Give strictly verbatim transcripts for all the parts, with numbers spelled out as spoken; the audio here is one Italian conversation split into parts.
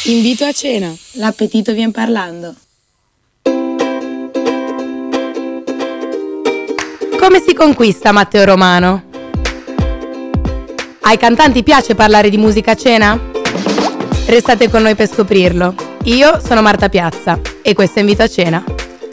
Invito a cena, l'appetito vien parlando. Come si conquista Matteo Romano? Ai cantanti piace parlare di musica a cena? Restate con noi per scoprirlo. Io sono Marta Piazza e questo è Invito a cena.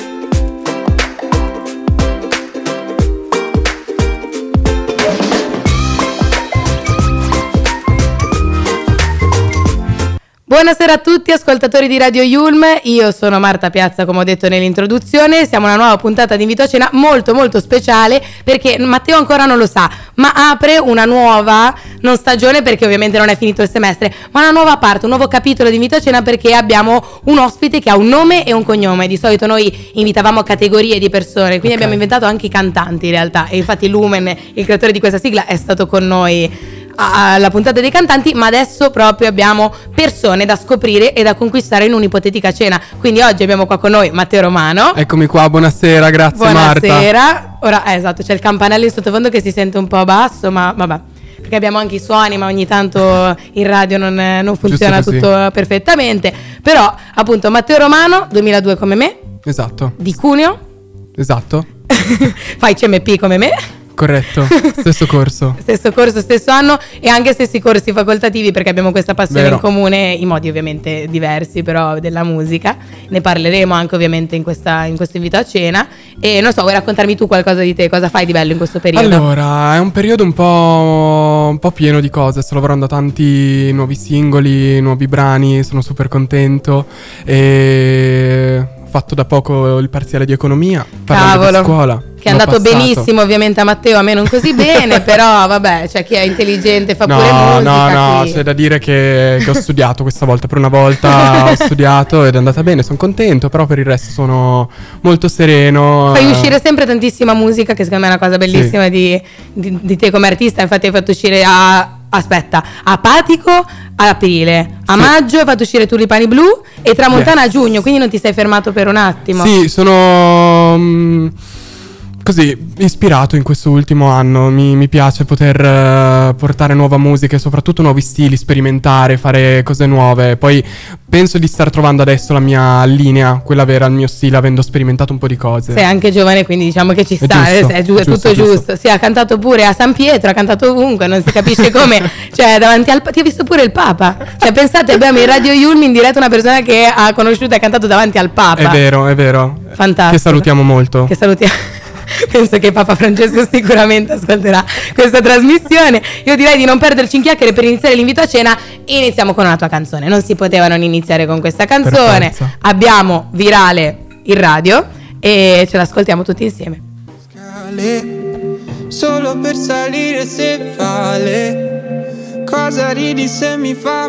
Buonasera a tutti ascoltatori di Radio Yulm, io sono Marta Piazza come ho detto nell'introduzione, siamo una nuova puntata di Invito a cena molto molto speciale perché Matteo ancora non lo sa, ma apre una nuova, non stagione perché ovviamente non è finito il semestre, ma una nuova parte, un nuovo capitolo di Invito a cena perché abbiamo un ospite che ha un nome e un cognome. Di solito noi invitavamo categorie di persone, quindi okay. Abbiamo inventato anche i cantanti in realtà e infatti Lumen, il creatore di questa sigla, è stato con noi alla puntata dei cantanti, ma adesso proprio abbiamo persone da scoprire e da conquistare in un'ipotetica cena. Quindi oggi abbiamo qua con noi Matteo Romano. Eccomi qua, buonasera, grazie buonasera. Marta. Buonasera. Ora eh, esatto, c'è il campanello in sottofondo che si sente un po' basso, ma vabbè, perché abbiamo anche i suoni, ma ogni tanto in radio non, non funziona tutto perfettamente. Però appunto Matteo Romano, duemiladue come me. Esatto. Di Cuneo. Esatto. Fai C M P come me. Corretto, stesso corso. Stesso corso, stesso anno e anche stessi corsi facoltativi perché abbiamo questa passione Vero. in comune, in modi ovviamente diversi però della musica. Ne parleremo anche ovviamente in, questa, in questo invito a cena. E non so, vuoi raccontarmi tu qualcosa di te? Cosa fai di bello in questo periodo? Allora, è un periodo un po', un po' pieno di cose. Sto lavorando a tanti nuovi singoli, nuovi brani, sono super contento. E ho fatto da poco il parziale di economia, parlando di scuola. Che è andato passato. benissimo ovviamente a Matteo, a me non così bene, però vabbè, c'è chi è intelligente fa no, pure musica. No, no, chi... c'è da dire che, che ho studiato questa volta, per una volta ho studiato ed è andata bene, sono contento, però per il resto sono molto sereno. Fai uscire sempre tantissima musica, che secondo me è una cosa bellissima sì. di, di, di te come artista, infatti hai fatto uscire a... Aspetta, Apatico a aprile, a sì. maggio hai fatto uscire Tulipani Blu e Tramontana yes. a giugno, quindi non ti sei fermato per un attimo. Sì, sono... Um, così ispirato in questo ultimo anno, mi, mi piace poter uh, portare nuova musica e soprattutto nuovi stili, sperimentare, fare cose nuove. Poi penso di star trovando adesso la mia linea, quella vera, il mio stile, avendo sperimentato un po' di cose. Sei anche giovane, quindi diciamo che ci è sta, giusto, è, giu- è tutto giusto. giusto. Sì, ha cantato pure a San Pietro, ha cantato ovunque, non si capisce come. Cioè davanti al... ti ha visto pure il Papa. Cioè pensate, abbiamo in Radio Yulm in diretta una persona che ha conosciuto e ha cantato davanti al Papa. È vero, è vero. Fantastico. Che salutiamo molto. Che salutiamo. Penso che Papa Francesco sicuramente ascolterà questa trasmissione. Io direi di non perderci in chiacchiere per iniziare l'invito a cena. Iniziamo con una tua canzone. Non si poteva non iniziare con questa canzone. Abbiamo virale il radio e ce l'ascoltiamo tutti insieme. Scale, solo per salire se vale. Cosa ridi se mi fa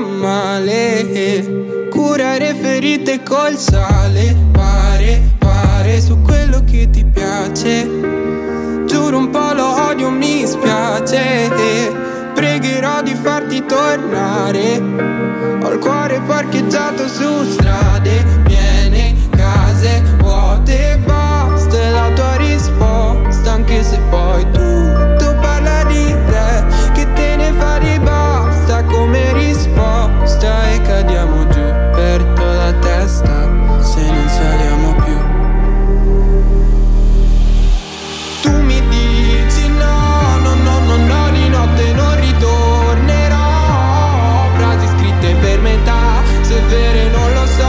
male? Curare ferite col sale. Pare, pare su quello che ti piace. Giuro un po' lo odio, mi spiace. Pregherò di farti tornare. Ho il cuore parcheggiato su strade piene, case vuote, basta è la tua risposta. Anche se poi tutto parla di te, che te ne fai basta come risposta. E cadiamo giù, perdo la testa se non saliamo più. Tu mi dici no, no, no, no, no, di notte non ritornerò. Frasi scritte per metà, se vere non lo so.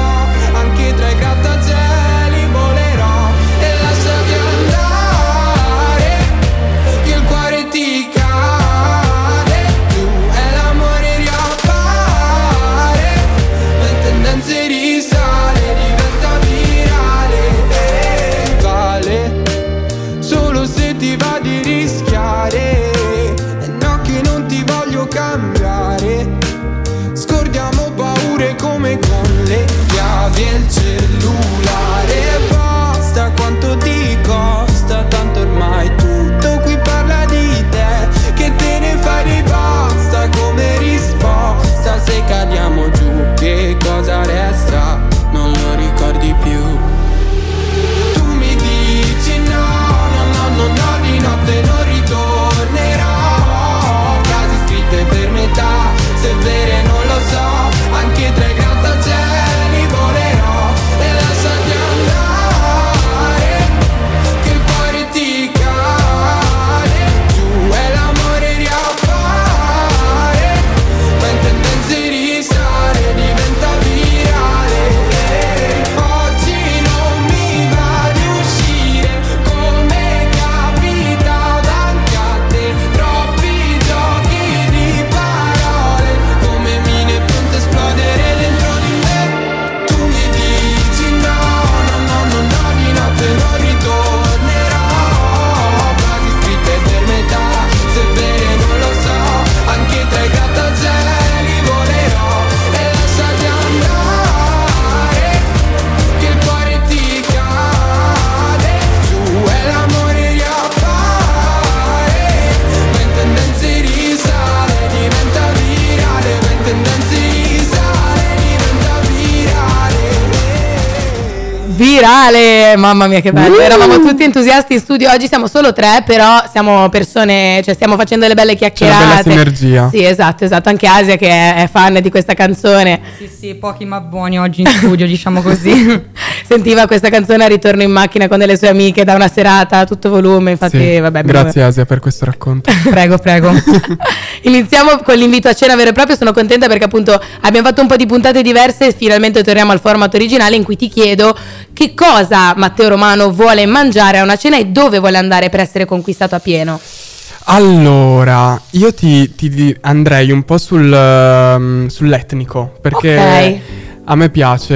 virale, mamma mia che bello, uh! eravamo tutti entusiasti in studio, oggi siamo solo tre, però siamo persone, cioè stiamo facendo delle belle chiacchierate. C'è una bella sinergia. Sì, esatto, esatto, anche Asia che è fan di questa canzone. Sì, sì, pochi ma buoni oggi in studio, diciamo così. Sentiva questa canzone a ritorno in macchina con delle sue amiche da una serata a tutto volume, infatti sì. vabbè. Grazie Asia per questo racconto. Prego, prego. Iniziamo con l'invito a cena vero e proprio, sono contenta perché appunto abbiamo fatto un po' di puntate diverse e finalmente torniamo al format originale in cui ti chiedo che cosa Matteo Romano vuole mangiare a una cena e dove vuole andare per essere conquistato a pieno. Allora, io ti, ti andrei un po' sul, um, sull'etnico, perché okay. a me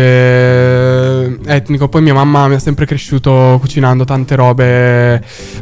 piace etnico, poi mia mamma mi ha sempre cresciuto cucinando tante robe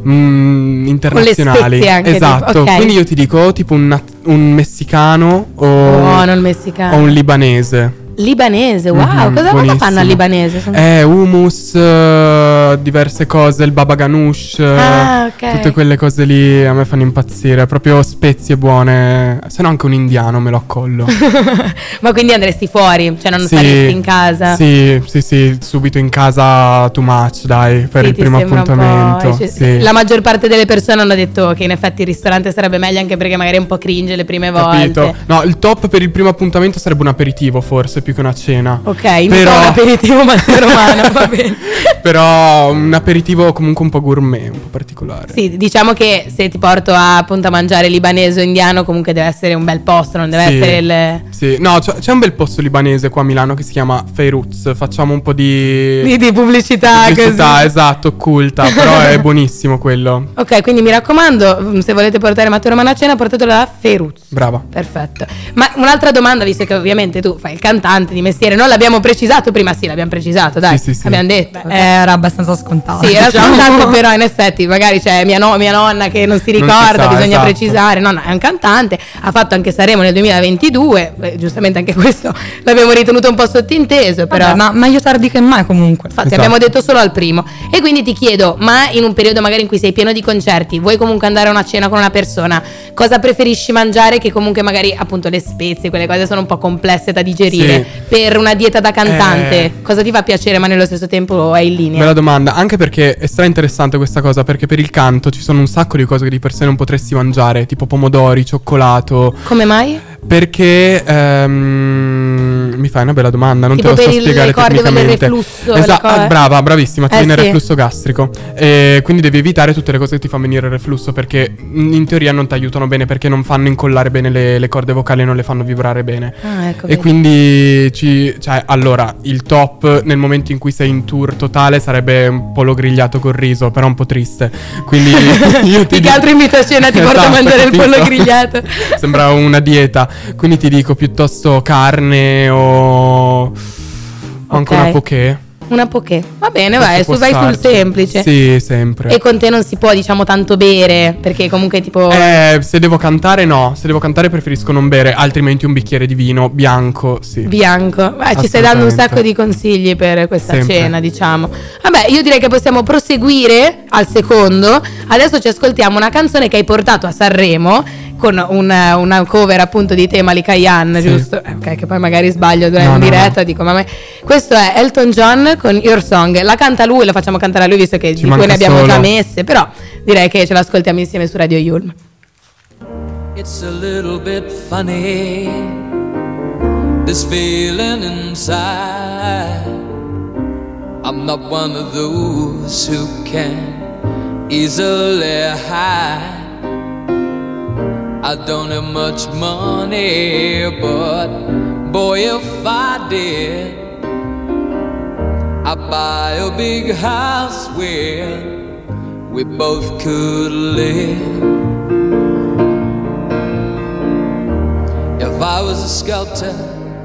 mm, internazionali. Con le spezie anche, esatto, tipo, okay. Quindi io ti dico tipo un, un messicano o, oh, non messicano. o un libanese. Libanese, wow, mm-hmm, cosa, cosa fanno al libanese? Eh, hummus, uh, diverse cose, il baba ganoush, ah, okay. tutte quelle cose lì a me fanno impazzire, proprio spezie buone, se no anche un indiano me lo accollo. Ma quindi andresti fuori, cioè non sì, staresti in casa? Sì, sì, sì, subito in casa too much, dai, per sì, il primo appuntamento. Cioè, sì. La maggior parte delle persone hanno detto che in effetti il ristorante sarebbe meglio anche perché magari è un po' cringe le prime Capito. volte. No, il top per il primo appuntamento sarebbe un aperitivo forse, più che una cena. Ok, però... un aperitivo Matteo Romano, va bene. Però un aperitivo comunque un po' gourmet, un po' particolare. Sì, diciamo che se ti porto a, appunto a mangiare libanese o indiano comunque deve essere un bel posto, non deve sì, essere il... Sì, no, c'è, c'è un bel posto libanese qua a Milano che si chiama Feiruz, facciamo un po' di... Di, di pubblicità, pubblicità così. Esatto, occulta, però è buonissimo quello. Ok, quindi mi raccomando, se volete portare Matteo Romano a cena portatelo da Feiruz. Brava. Perfetto. Ma un'altra domanda, visto che ovviamente tu fai il cantante di mestiere, non l'abbiamo precisato prima, sì l'abbiamo precisato, dai, sì, sì, sì. abbiamo detto. Beh, era abbastanza scontato. Sì, era diciamo. scontato, però in effetti magari c'è mia, no, mia nonna che non si ricorda, non si sa, bisogna esatto. precisare, no, no, è un cantante, ha fatto anche Sanremo nel duemilaventidue, eh, giustamente anche questo l'abbiamo ritenuto un po' sottinteso, però... Vabbè, ma meglio tardi che mai comunque. Infatti esatto. abbiamo detto solo al primo. E quindi ti chiedo, ma in un periodo magari in cui sei pieno di concerti, vuoi comunque andare a una cena con una persona, cosa preferisci mangiare che comunque magari appunto le spezie, quelle cose sono un po' complesse da digerire, sì. per una dieta da cantante, eh... cosa ti fa piacere ma nello stesso tempo è in linea? Bella domanda, anche perché è stra interessante questa cosa, perché per il canto ci sono un sacco di cose che di per sé non potresti mangiare, tipo pomodori, cioccolato. Come mai? Perché ehm, mi fai una bella domanda, non tipo te lo so per il, spiegare le corde con il tecnicamente. reflusso, Esatto, le co- brava, bravissima, ti eh, viene il sì. reflusso gastrico. E quindi devi evitare tutte le cose che ti fanno venire il reflusso, perché in teoria non ti aiutano bene, perché non fanno incollare bene le, le corde vocali e non le fanno vibrare bene. Ah, ecco, e vedi. quindi ci, cioè, allora, il top nel momento in cui sei in tour totale sarebbe un pollo grigliato col riso, però un po' triste. Quindi io ti Che dico... altro invito a cena ti porta a Esatto, mangiare il capito? pollo grigliato? Sembra una dieta. Quindi ti dico piuttosto carne o, o anche Ok. una poké. Una poké. Va bene, vai, Questo su, può vai sul starci. semplice. Sì, sempre. E con te non si può, diciamo, tanto bere, perché comunque tipo... Eh, se devo cantare no, se devo cantare preferisco non bere, altrimenti un bicchiere di vino bianco, sì. Bianco. Vai, ci stai dando un Assolutamente. sacco di consigli per questa Sempre. cena, diciamo. Vabbè, io direi che possiamo proseguire al secondo. Adesso ci ascoltiamo una canzone che hai portato a Sanremo con una, una cover appunto di te Malika Yan, Sì. giusto? Eh, ok, che poi magari sbaglio durante No, in no, diretta, no. dico ma me... questo è Elton John con Your Song. La canta lui, la facciamo cantare a lui visto che Ci di cui manca ne abbiamo solo. già messe, però direi che ce l'ascoltiamo insieme su Radio Yulm. It's a little bit funny, this feeling inside. I'm not one of those who can easily hide. I don't have much money, but boy, if I did, I'd buy a big house where we both could live. If I was a sculptor,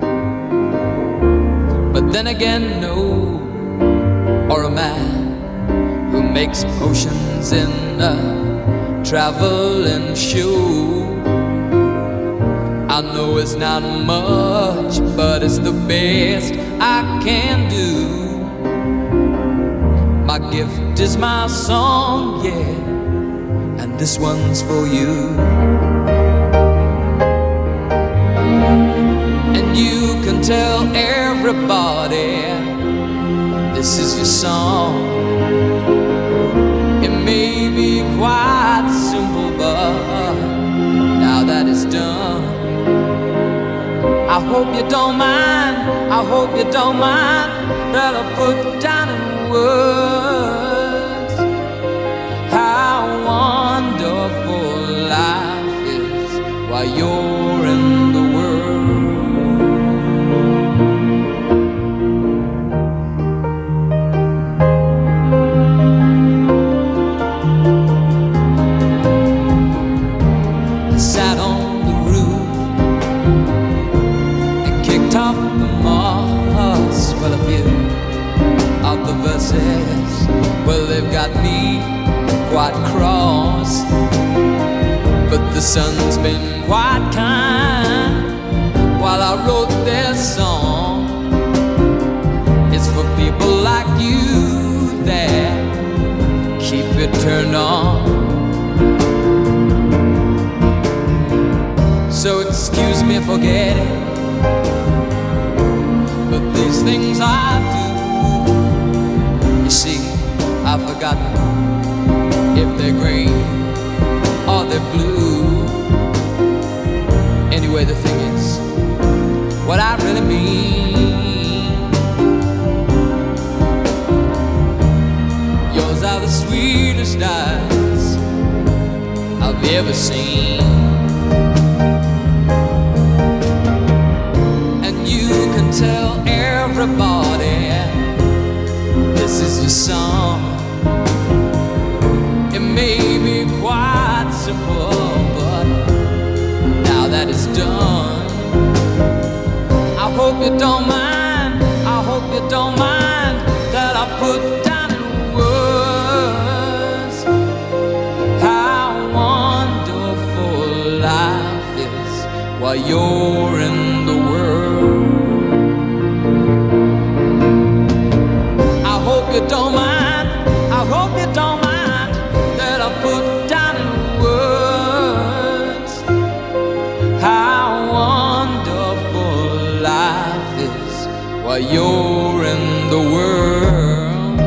but then again, no, or a man who makes potions in a traveling shoe. I know it's not much, but it's the best I can do. My gift is my song, yeah, and this one's for you. And you can tell everybody this is your song. It may be quite simple, but now that it's done, I hope you don't mind, I hope you don't mind that I put down in words how wonderful life is while you're in the well, they've got me quite cross, but the sun's been quite kind while I wrote this song. It's for people like you that keep it turned on. So excuse me for getting, but these things I do, you see, I've forgotten if they're green or they're blue. Anyway, the thing is, what I really mean, yours are the sweetest eyes I've ever seen, and you can tell everybody this is your song. It may be quite simple, but now that it's done, I hope you don't mind, I hope you don't mind that I put down in words how wonderful life is while you're in the world. You don't mind, I hope you don't mind that I put down in words how wonderful life is while you're in the world.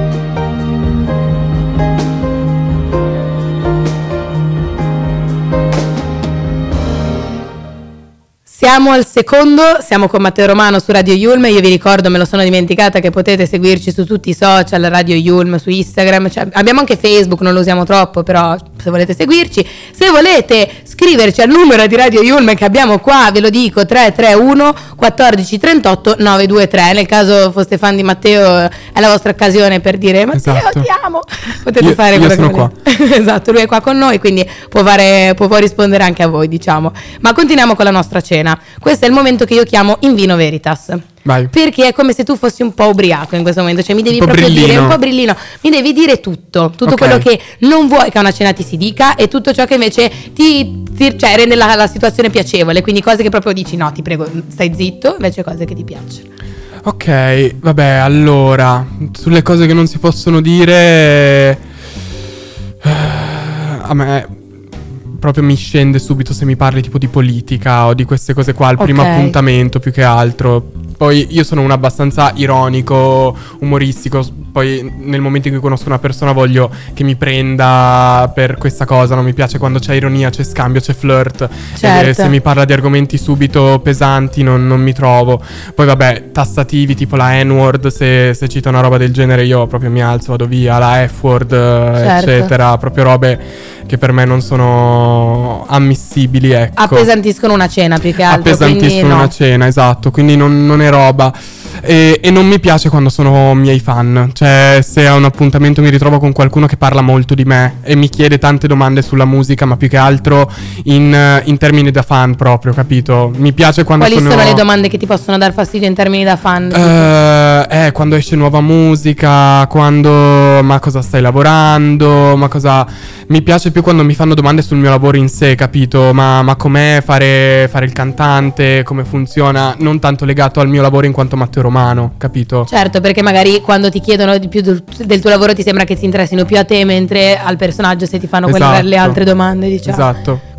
Siamo al secondo, siamo con Matteo Romano su Radio Yulm. Io vi ricordo, me lo sono dimenticata, che potete seguirci su tutti i social, Radio Yulm, su Instagram, cioè, abbiamo anche Facebook, non lo usiamo troppo, però se volete seguirci, se volete scriverci al numero di Radio Yulm che abbiamo qua, ve lo dico, tre tre uno quattordici trentotto nove due tre. Nel caso foste fan di Matteo è la vostra occasione per dire Matteo, esatto, ti amo, potete io, fare io quello sono che qua. Esatto, lui è qua con noi, quindi può, fare, può rispondere anche a voi, diciamo. Ma continuiamo con la nostra cena. Questo è il momento che io chiamo In Vino Veritas. Vai. Perché è come se tu fossi un po' ubriaco in questo momento, cioè mi devi un proprio brillino. dire un po' brillino, mi devi dire tutto, tutto Okay. quello che non vuoi che a una cena ti si dica e tutto ciò che invece ti, ti cioè, rende la, la situazione piacevole, quindi cose che proprio dici no, ti prego, stai zitto, invece cose che ti piacciono. Ok, vabbè, allora, sulle cose che non si possono dire, a me proprio mi scende subito se mi parli tipo di politica o di queste cose qua al primo Ok. appuntamento più che altro. Poi io sono uno abbastanza ironico, umoristico, poi nel momento in cui conosco una persona voglio che mi prenda per questa cosa, non mi piace quando c'è ironia, c'è scambio, c'è flirt. Certo. E se mi parla di argomenti subito pesanti non, non mi trovo. Poi vabbè, tassativi tipo la N-word, se, se cita una roba del genere io proprio mi alzo, vado via, la F-word, Certo. eccetera, proprio robe che per me non sono ammissibili, ecco. Appesantiscono una cena più che altro, quindi Appesantiscono no. una cena, esatto, quindi non, non è roba. E, e non mi piace quando sono miei fan, cioè se a un appuntamento mi ritrovo con qualcuno che parla molto di me e mi chiede tante domande sulla musica, ma più che altro in, in termini da fan proprio, capito? Mi piace quando Quali sono... sono le domande che ti possono dar fastidio in termini da fan? Eh, eh, quando esce nuova musica, quando ma cosa stai lavorando, ma cosa... Mi piace più quando mi fanno domande sul mio lavoro in sé, capito? Ma, ma com'è fare, fare il cantante, come funziona, non tanto legato al mio lavoro in quanto Matteo Romano, capito? Certo, perché magari quando ti chiedono di più del, del tuo lavoro ti sembra che si interessino più a te, mentre al personaggio se ti fanno quelle, Esatto. le altre domande, diciamo. Esatto.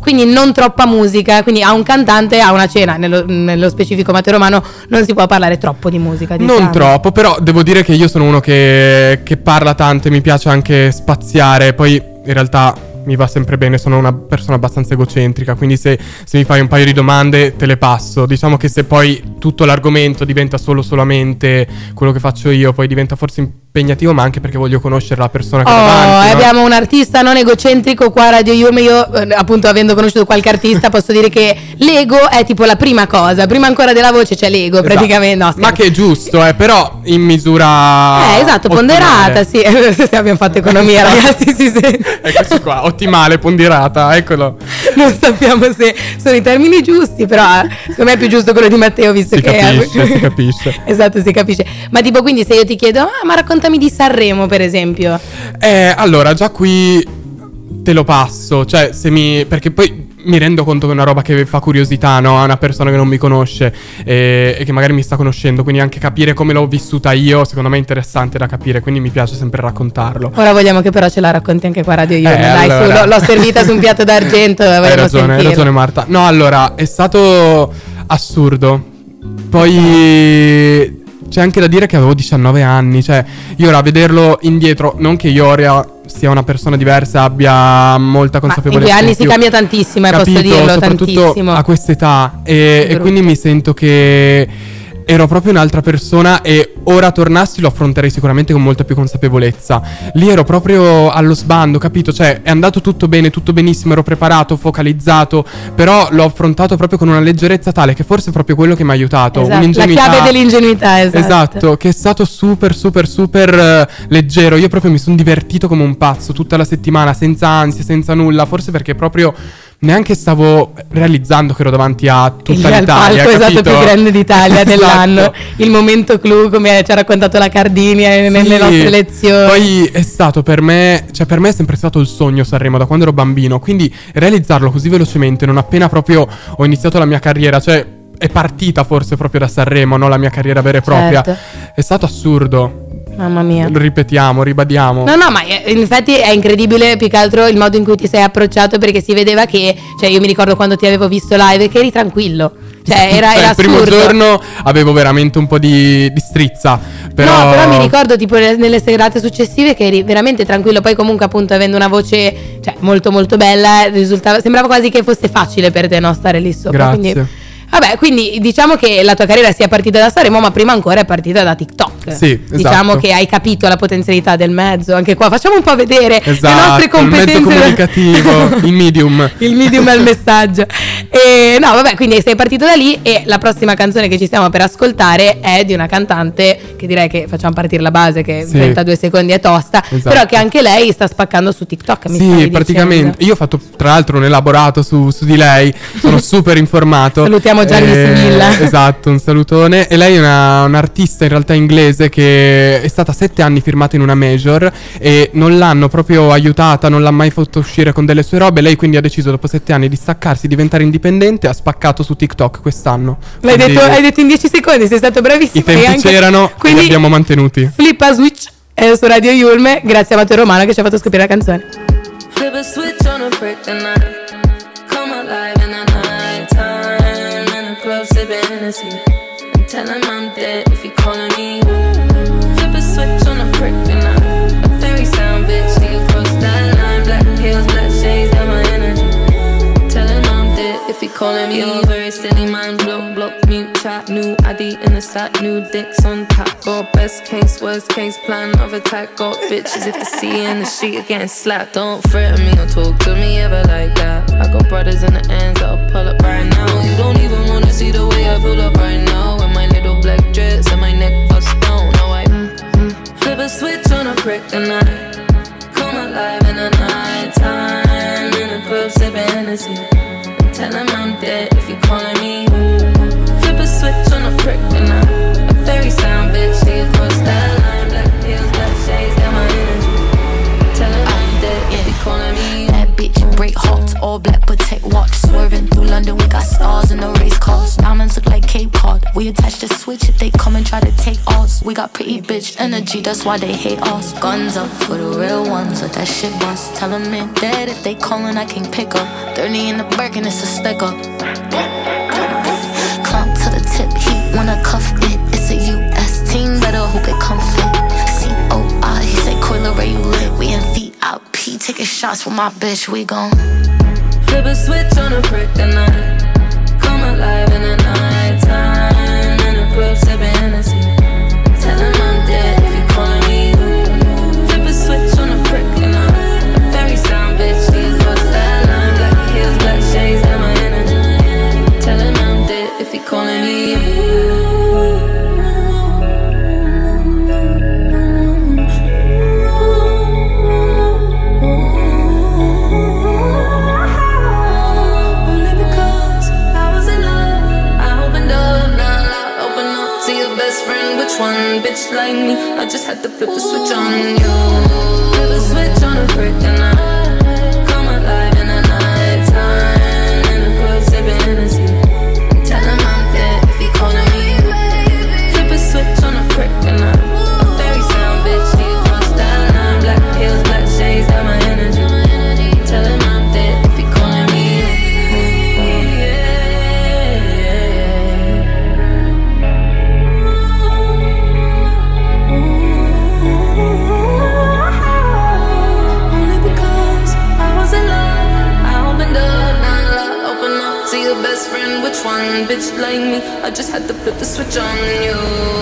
quindi non troppa musica, quindi a un cantante, a una cena, nello, nello specifico Matteo Romano, non si può parlare troppo di musica, diciamo. Non troppo, però devo dire che io sono uno che, che parla tanto e mi piace anche spaziare, poi in realtà mi va sempre bene, sono una persona abbastanza egocentrica, quindi se, se mi fai un paio di domande te le passo. Diciamo che se poi tutto l'argomento diventa solo solamente quello che faccio io, poi diventa forse impegnativo, ma anche perché voglio conoscere la persona che oh, ho davanti, no? Abbiamo un artista non egocentrico qua a Radio Yulm. Io eh, appunto, avendo conosciuto qualche artista, posso dire che l'ego è tipo la prima cosa, prima ancora della voce c'è l'ego, esatto. Praticamente no, ma che è giusto, eh, però in misura eh esatto, ponderata, sì. Abbiamo fatto economia, ragazzi, si sente. Eccoci qua, ottimale, ponderata, eccolo. Non sappiamo se sono i termini giusti, però secondo me è più giusto quello di Matteo, visto si che capisce, è... si capisce. Esatto, si capisce. Ma tipo, quindi se io ti chiedo, ah, ma raccontami di Sanremo, per esempio. Eh, allora, già qui te lo passo, cioè se mi... perché poi mi rendo conto che è una roba che fa curiosità, no? A una persona che non mi conosce e, e che magari mi sta conoscendo, quindi anche capire come l'ho vissuta io, secondo me è interessante da capire, quindi mi piace sempre raccontarlo. Ora vogliamo che però ce la racconti anche qua a Radio Yulm, eh, dai, allora... su, l'ho, l'ho servita su un piatto d'argento. Hai ragione, sentirlo. hai ragione Marta. No, allora, è stato assurdo. Poi... c'è anche da dire che avevo diciannove anni, cioè io ora a vederlo indietro, non che io ora sia una persona diversa, abbia molta consapevolezza. Ma in due anni si cambia tantissimo, eh, capito, posso dirlo, soprattutto tantissimo. A quest'età e, e quindi mi sento che ero proprio un'altra persona e ora tornassi lo affronterei sicuramente con molta più consapevolezza. Lì ero proprio allo sbando, capito? Cioè è andato tutto bene, tutto benissimo, ero preparato, focalizzato, però l'ho affrontato proprio con una leggerezza tale che forse è proprio quello che mi ha aiutato. Esatto, Un'ingenuità. la chiave dell'ingenuità, esatto. Esatto, che è stato super super super uh, leggero. Io proprio mi sono divertito come un pazzo tutta la settimana, senza ansia, senza nulla, forse perché proprio neanche stavo realizzando che ero davanti a tutta il l'Italia, palco capito? esatto più grande d'Italia Esatto. dell'anno, il momento clou, come ci ha raccontato la Cardini eh, nelle Sì, nostre lezioni. Poi è stato per me, cioè per me è sempre stato il sogno Sanremo da quando ero bambino, quindi realizzarlo così velocemente, non appena proprio ho iniziato la mia carriera, cioè è partita forse proprio da Sanremo, no? La mia carriera vera e propria, Certo. è stato assurdo. Mamma mia. Ripetiamo, ribadiamo. No, no, ma eh, in effetti è incredibile più che altro il modo in cui ti sei approcciato, perché si vedeva che, cioè io mi ricordo quando ti avevo visto live che eri tranquillo. Cioè era, Cioè, era il primo assurdo. giorno avevo veramente un po' di, di strizza, però... No, però mi ricordo tipo nelle, nelle serate successive che eri veramente tranquillo. Poi comunque appunto avendo una voce, cioè, molto molto bella, risultava, sembrava quasi che fosse facile per te, no, stare lì sopra. Grazie. Quindi, vabbè, quindi diciamo che la tua carriera sia partita da Sanremo, ma prima ancora è partita da TikTok. Sì, esatto. Diciamo che hai capito la potenzialità del mezzo. Anche qua facciamo un po' vedere Esatto, le nostre competenze. il mezzo comunicativo, il medium. Il medium è il messaggio. E no, vabbè, quindi sei partito da lì e la prossima canzone che ci stiamo per ascoltare è di una cantante che direi che facciamo partire la base, che Sì. trentadue secondi è tosta, Esatto. però che anche lei sta spaccando su TikTok, mi Sì, stavi praticamente. dicendo. Io ho fatto tra l'altro un elaborato su, su di lei, sono super informato. Salutiamo Gianni Similla. Esatto, un salutone. E lei è una, un'artista in realtà inglese che è stata sette anni firmata in una major e non l'hanno proprio aiutata, non l'ha mai fatto uscire con delle sue robe. Lei quindi ha deciso dopo sette anni di staccarsi, diventare indipendente, ha spaccato su TikTok quest'anno. L'hai Quindi detto, hai detto in dieci secondi, sei stato bravissimo. I tempi e anche- c'erano e quindi li abbiamo mantenuti. Flippa Switch è su Radio Yulm, grazie a Matteo Romano che ci ha fatto scoprire la canzone. Flip a switch on a prick tonight. Come alive in the night time. In the club sipping Hennessy. And tell him I'm dead if he calling me. Flip a switch on a prick tonight. A very sound bitch, see you cross that line. Black heels, black shades, got my energy. Tell him I'm dead if he calling me. You're very silly, mind blow, blow, mute, chat. New I D in the sack, new dicks on top. Go best case, worst case, plan of attack. Got bitches if they see you in the street again slap. Don't threaten me or talk to me ever like that. I got brothers in the ends that'll pull up right now. You don't even wanna see the way I pull up right now. With my little black dress and my neck bust down. Now I mm, mm, flip a switch on a prick tonight. Come alive in the night time. In the club sipping Hennessy. And tell him I'm dead if you calling me. Flip a switch on a prick tonight. A very sound bitch, see you cross that line. Black heels, black shades, got my energy. Tell him I'm dead if you calling me. Bad bitch, break hot, all black, protect watch, swerving through London. We got stars in the race cars. Diamonds look like Cape Cod. We attach the switch if they come and try to take ours. We got pretty bitch energy, that's why they hate us. Guns up for the real ones, let that shit bust. Tell them they're dead if they callin', I can pick up. thirty in the Birkin, it's a stick up. Climb to the tip, he wanna cuff it. It's a U S team, better hope it come fit. C O I, he said, Coiler, where you lit? We in V I P, taking shots with my bitch, we gon' flip a switch on a prick tonight. Come alive in the night time. In the club, sippin' Hennessy. Tell him I'm dead if you callin' me. Flip a switch on a prick tonight. A very sound bitch, she's what's that line. Black heels, black shades, have my energy. Tell him I'm dead if he callin' me. Which one, bitch like me? I just had to flip the switch on you. Flip a switch on a brick and I come alive in the night time. In the club sipping Hennessy. Tell him I'm dead if he calling me. Flip a switch on a brick and I a very sound bitch, he's my style line. Black heels, black shades, have my energy. Tell him I'm dead if he calling me. Best friend, which one, bitch like me? I just had to flip the switch on you.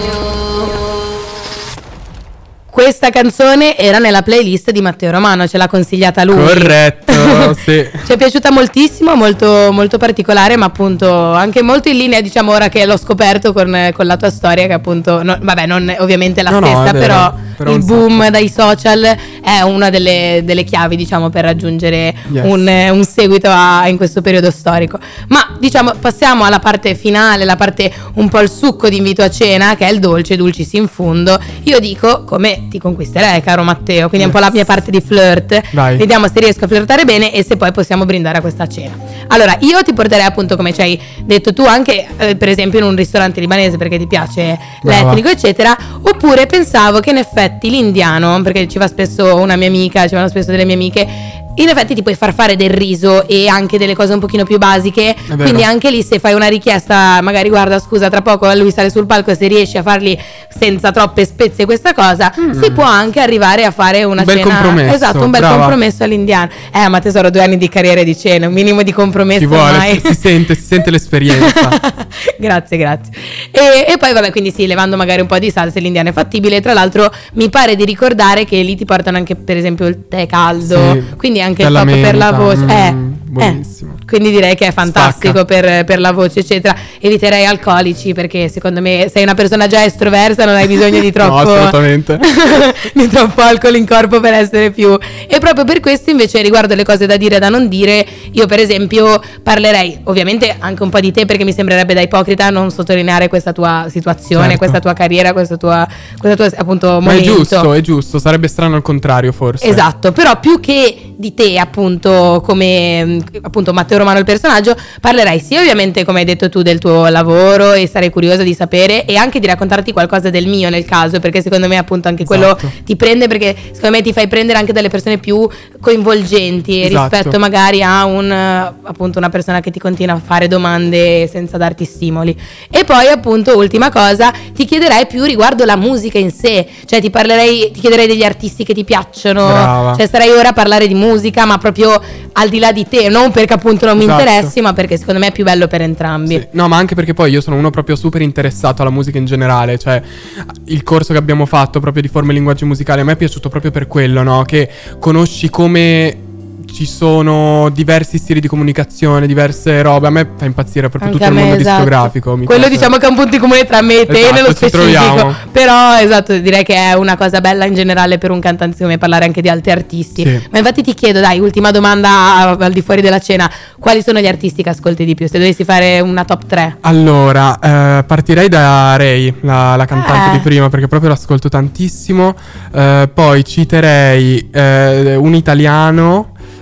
Questa canzone era nella playlist di Matteo Romano, ce l'ha consigliata lui. Corretto, sì. Ci è piaciuta moltissimo, molto, molto particolare, ma appunto anche molto in linea, diciamo, ora che l'ho scoperto con, con la tua storia, che appunto, no, vabbè, non ovviamente la no, stessa, no, però, però il boom sacco. Dai social è una delle, delle chiavi, diciamo, per raggiungere yes. un, un seguito a, in questo periodo storico. Ma diciamo, passiamo alla parte finale, la parte un po' il succo di Invito a Cena, che è il dolce, dulcis in fundo. Io dico, come ti conquisterei, caro Matteo, quindi è un po' la mia parte di flirt. Vai. Vediamo se riesco a flirtare bene e se poi possiamo brindare a questa cena. Allora, io ti porterei appunto, come ci hai detto tu, anche eh, per esempio in un ristorante libanese perché ti piace Brava. l'etnico eccetera, oppure pensavo che in effetti l'indiano, perché ci va spesso una mia amica, ci vanno spesso delle mie amiche, in effetti ti puoi far fare del riso e anche delle cose un pochino più basiche, quindi anche lì se fai una richiesta, magari guarda scusa tra poco lui sale sul palco, se riesci a farli senza troppe spezie questa cosa, mm. si può anche arrivare a fare una un bel cena, compromesso, esatto, un bel brava. compromesso all'indiano. Eh ma tesoro, due anni di carriera e di cena, un minimo di compromesso ci vuole, ormai. si sente, si sente l'esperienza. Grazie, grazie. E, e poi vabbè, quindi sì, levando magari un po' di salsa, l'indiano è fattibile. Tra l'altro mi pare di ricordare che lì ti portano anche per esempio il tè caldo, sì, quindi anche il top menta, per la voce, mm, eh, buonissimo. Eh, quindi direi che è fantastico per, per la voce eccetera. Eviterei alcolici perché secondo me sei una persona già estroversa, non hai bisogno di troppo no, assolutamente di troppo alcol in corpo per essere più. E proprio per questo invece, riguardo le cose da dire e da non dire, io per esempio parlerei ovviamente anche un po' di te, perché mi sembrerebbe da ipocrita non sottolineare questa tua situazione, certo. questa tua carriera, questa tua, questa tua appunto ma momento. è giusto, è giusto, sarebbe strano al contrario forse. Esatto, però più che di te appunto come appunto Matteo Romano il personaggio, parlerai sì ovviamente come hai detto tu del tuo lavoro e sarei curiosa di sapere e anche di raccontarti qualcosa del mio nel caso, perché secondo me appunto anche quello esatto. ti prende, perché secondo me ti fai prendere anche dalle persone più coinvolgenti esatto. rispetto magari a un appunto una persona che ti continua a fare domande senza darti stimoli. E poi appunto ultima cosa, ti chiederei più riguardo la musica in sé, cioè ti parlerei, ti chiederei degli artisti che ti piacciono. Brava. Cioè starei ora a parlare di musica ma proprio al di là di te, non perché appunto non mi esatto. interessi, ma perché secondo me è più bello per entrambi. Sì. No, ma anche perché poi io sono uno proprio super interessato alla musica in generale, cioè il corso che abbiamo fatto proprio di forme e linguaggi musicali a me è piaciuto proprio per quello, no? Che conosci come ci sono diversi stili di comunicazione, diverse robe. A me fa impazzire proprio anche tutto il mondo esatto. discografico. Mi Quello piace. diciamo che è un punto in comune tra me e te esatto, nello ci specifico. Troviamo. Però esatto, direi che è una cosa bella in generale per un cantante come parlare anche di altri artisti. Sì. Ma infatti ti chiedo, dai, ultima domanda al di fuori della cena, quali sono gli artisti che ascolti di più? Se dovessi fare una top tre. Allora, eh, partirei da Ray, la, la cantante eh. di prima, perché proprio l'ascolto tantissimo. eh, Poi citerei eh, un italiano,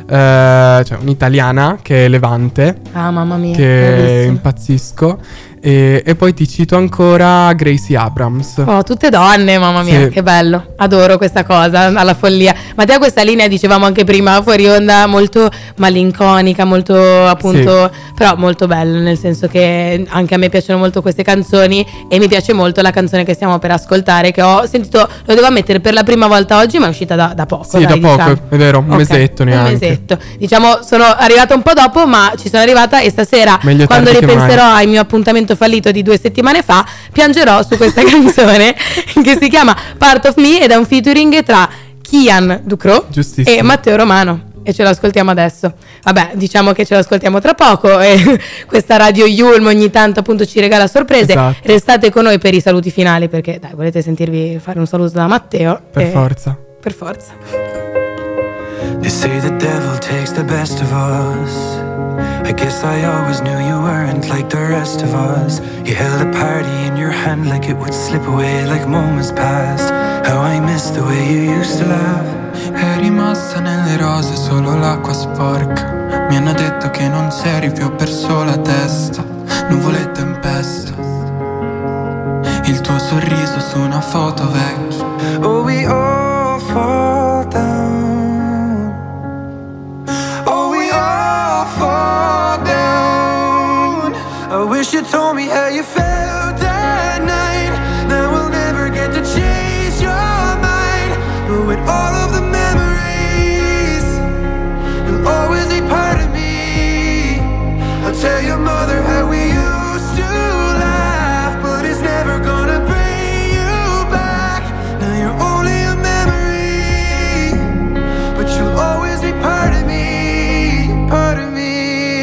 cioè un'italiana che è Levante, Ah, mamma mia, che bellissimo. impazzisco. E, e poi ti cito ancora Gracie Abrams. Oh, tutte donne, mamma mia, Sì. che bello. Adoro questa cosa, alla follia. Matteo, questa linea, dicevamo anche prima fuori onda, molto malinconica, molto appunto, però molto bello, nel senso che anche a me piacciono molto queste canzoni e mi piace molto la canzone che stiamo per ascoltare, che ho sentito, lo devo ammettere, per la prima volta oggi, ma è uscita da, da poco. Sì, dai, da poco, diciamo. è vero, un Ok, mesetto neanche. Un mesetto. Diciamo, sono arrivata un po' dopo, ma ci sono arrivata e stasera, Meglio quando tardi che ripenserò mai. al mio appuntamento fallito di due settimane fa, piangerò su questa canzone che si chiama Part of Me ed è un featuring tra Kian Ducrot Giustissimo. e Matteo Romano. E ce l'ascoltiamo adesso. Vabbè, diciamo che ce l'ascoltiamo tra poco. E questa Radio Yulm ogni tanto appunto ci regala sorprese. Esatto. Restate con noi per i saluti finali, perché dai, volete sentirvi fare un saluto da Matteo? Per E- forza. Per forza. They say the devil takes the best of us. I guess I always knew you weren't like the rest of us. You held a party in your hand like it would slip away like moments passed. How I miss the way you used to laugh. È rimasta nelle rose solo l'acqua sporca. Mi hanno detto che non c'eri più, ho perso la testa. Nuvole e tempesta. Il tuo sorriso su una foto vecchia. Oh, we all fall down. Oh, we all fall down. I wish you told me how you felt that night. Now we'll never get to change your mind. But with all of the memories, you'll always be part of me. I'll tell your mother how we used to laugh, but it's never gonna bring you back. Now you're only a memory, but you'll always be part of me, part of me.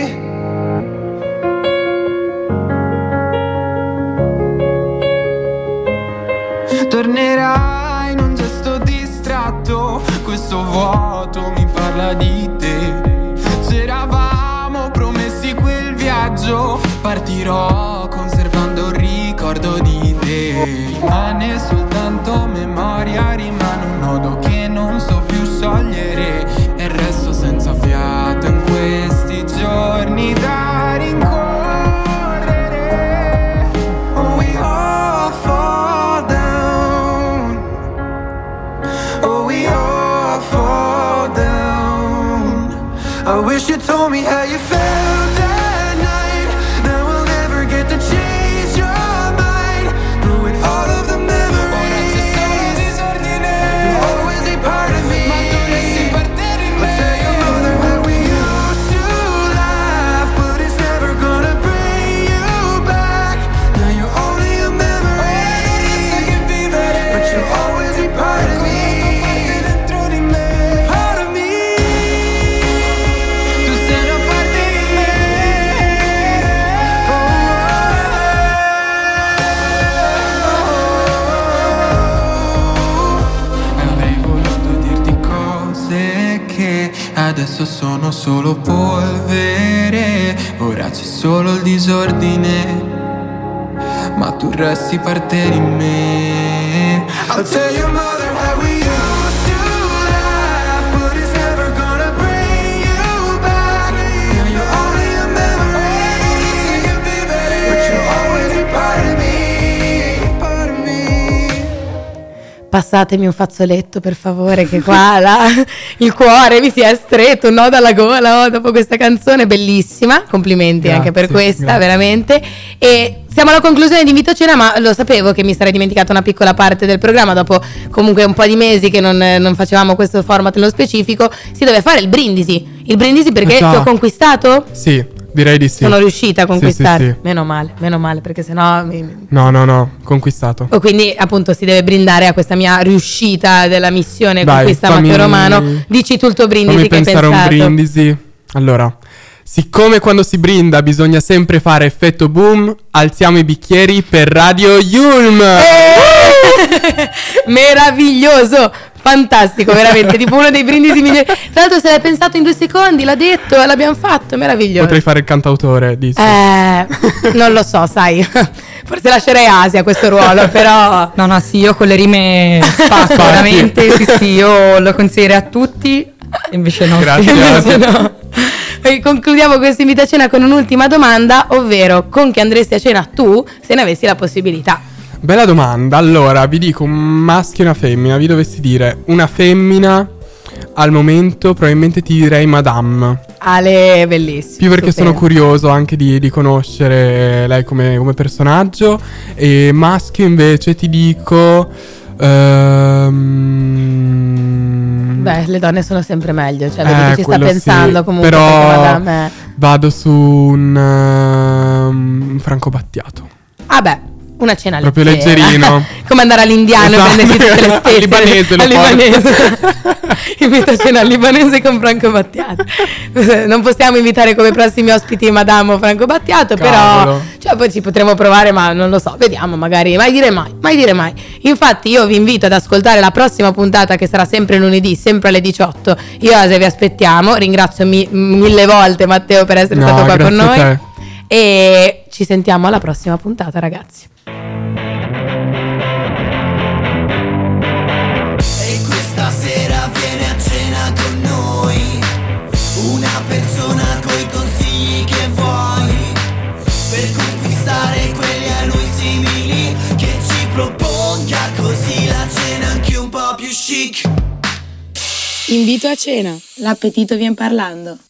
Tornerai in un gesto distratto, questo vuoto mi parla di te. C'eravamo promessi quel viaggio, partirò conservando un ricordo di te. Rimane soltanto memoria, rimane un nodo che non so più sciogliere. E resto senza fiato in questi giorni da rincorrere. Oh, we all fall down. Oh, we all fall down. I wish you told me how you felt that night. Now we'll never get to change your mind. But with all of the memories, you'll always be part of me. I'll tell your mother how we used to laugh, but it's never gonna bring you back. Now you're only a memory, but you'll always be part of me. Part of me. Tu sei una parte di me. Oh, avrei voluto dirti cose che adesso sono solo polvere. Ora c'è solo il disordine, ma tu resti parte di me. I'll tell your mother how we used to laugh, but it's never gonna bring you back. Now you're only a memory, but you'll always be part of me, part of me. Passatemi un fazzoletto per favore, che qua la- il cuore mi si è stretto, un nodo alla gola oh, dopo questa canzone bellissima. Complimenti Grazie, anche per questa, grazie. veramente. E siamo alla conclusione di Invito a Cena, ma lo sapevo che mi sarei dimenticata una piccola parte del programma. Dopo comunque un po' di mesi che non, non facevamo questo format nello specifico, si deve fare il brindisi. Il brindisi perché Ah, già. ti ho conquistato? Sì, direi di sì. Sono riuscita a Sì, conquistare. sì, sì. Meno male, meno male, perché sennò mi, No, no, no, conquistato. o quindi appunto si deve brindare a questa mia riuscita della missione Dai, conquista fammi- Matteo Romano. Dici tu il tuo brindisi Fammi che hai pensare a un pensato. brindisi. Allora, siccome quando si brinda bisogna sempre fare effetto boom, alziamo i bicchieri per Radio Yulm. Eh! Meraviglioso, fantastico, veramente, tipo uno dei brindisi migliori. Tra l'altro se l'hai pensato in due secondi, l'ha detto e l'abbiamo fatto, meraviglioso. Potrei fare il cantautore, dici? Eh, non lo so, sai. Forse lascerei Asia questo ruolo, però No, no, sì, io con le rime spacco, Spacchi. veramente, sì, sì, io lo consiglierei a tutti. Invece no. Grazie. Invece no. E concludiamo questa invito a cena con un'ultima domanda, ovvero con chi andresti a cena tu se ne avessi la possibilità? Bella domanda. Allora, vi dico un maschio e una femmina. Vi dovessi dire una femmina, al momento probabilmente ti direi Madame. Ale, bellissimo. Più perché stupendo. sono curioso anche di, di conoscere lei come, come personaggio. E maschio invece ti dico... Ehm... Beh, le donne sono sempre meglio, cioè vedi Eh, che ci sta quello pensando sì. comunque. Però perché Madame è- vado su un um, Franco Battiato. Ah beh, una cena Proprio leggera. leggerino. Come andare all'indiano e Esatto. prendersi tutte le spese. Al libanese lo Al porto. libanese. Invito a cena al libanese con Franco Battiato. Non possiamo invitare come prossimi ospiti Madame o Franco Battiato, Cavolo. però cioè, poi ci potremo provare, ma non lo so, vediamo magari, mai dire mai, mai dire mai. Infatti io vi invito ad ascoltare la prossima puntata che sarà sempre lunedì, sempre alle diciotto. Io e Asia vi aspettiamo, ringrazio mi- mille volte Matteo per essere No, stato qua con grazie a noi te. e ci sentiamo alla prossima puntata, ragazzi. E questa sera viene a cena con noi una persona coi consigli che vuoi per conquistare quelli a lui simili, che ci proponga così la cena anche un po' più chic. Invito a cena, l'appetito vien parlando.